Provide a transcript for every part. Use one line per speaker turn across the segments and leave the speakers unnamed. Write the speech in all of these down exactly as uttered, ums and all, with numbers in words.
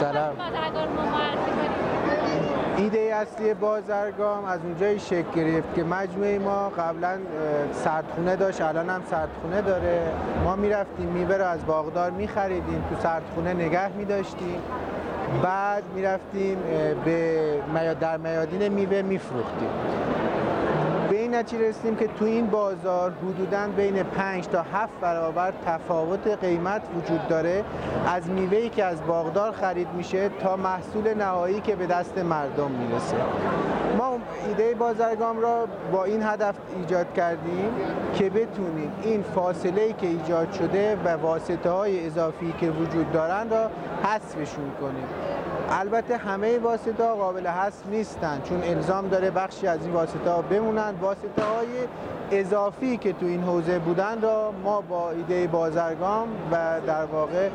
سلام. ایده اصلی بازرگان از اونجایی شکل گرفت که مجموعه ما قبلا سردخونه داشت، الان هم سردخونه داره. ما میرفتیم میوه رو از باغدار میخریدیم، تو سردخونه نگه میداشتیم، بعد میرفتیم به در میادین میوه میفروختیم. به این نتیجه رسیدیم که تو این بازار حدوداً بین پنج تا هفت برابر تفاوت قیمت وجود داره از میوه‌ای که از باغدار خرید میشه تا محصول نهایی که به دست مردم میرسه. ما ایده بازرگان را با این هدف ایجاد کردیم که بتونیم این فاصله‌ای که ایجاد شده و واسطه‌های اضافی که وجود دارن را حذفشون کنیم. البته همه واسطه‌ها قابل حذف نیستن، چون الزام داره بخشی از این واسطه‌ها بمونن. واسطه‌های اضافی که تو این حوزه بودن را ما با ایده بازرگان و در واقع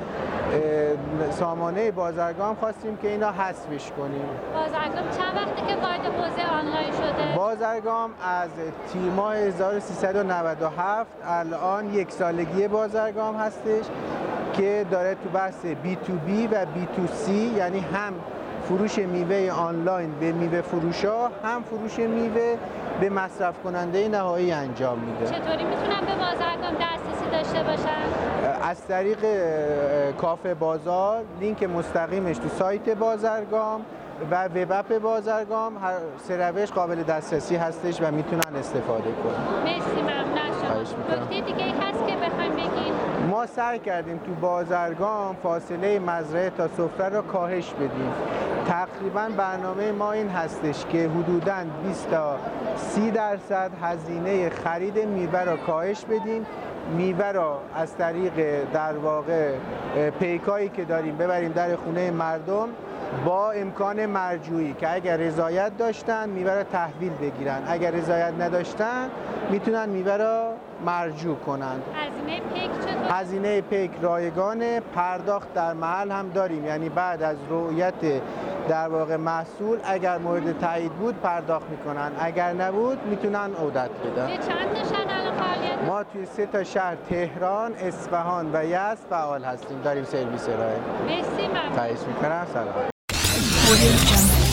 سامانه بازرگان خواستیم که اینا حذفش کنیم.
بازرگان چند وقته که وارد حوزه آنلاین شده؟
بازرگان از تیر ماه هزار و سیصد و نود و هفت الان یک سالگی بازرگان هستش که داره تو بحث بی تو بی و بی تو سی، یعنی هم فروش میوه آنلاین به میوه فروشا، هم فروش میوه به مصرف کننده نهایی انجام میده.
چطوری میتونن به بازرگان دسترسی داشته باشن؟
از طریق کافه بازار، لینک مستقیمش تو سایت بازرگان و وب اپ بازرگان، هر سه روش قابل دسترسی هستش و میتونن استفاده کنن.
مرسی، ممنون از شما. نکته دیگه ای هست که بخوایم بگین؟
ما سعی کردیم تو بازرگان فاصله مزرعه تا سفره رو کاهش بدیم. تقریبا برنامه ما این هستش که حدوداً بیست تا سی درصد هزینه خرید میوه رو کاهش بدیم. میوه را از طریق در واقع پیکایی که داریم ببریم در خونه مردم با امکان مرجوعی که اگر رضایت داشتن میوه را تحویل بگیرن، اگر رضایت نداشتن میتونن میوه را مرجوع کنن.
هزینه پیک چطور؟
هزینه پیک رایگان، پرداخت در محل هم داریم، یعنی بعد از رؤیت در واقع محصول اگر مورد تایید بود پرداخت میکنن، اگر نبود میتونن عودت بدن.
چند نشن الان فعالیت؟
ما توی سه تا شهر تهران، اصفهان و یزد فعال هستیم، داریم سرویس ارائه.
مرسی، ممنون.
خواهش میکنم. سلام.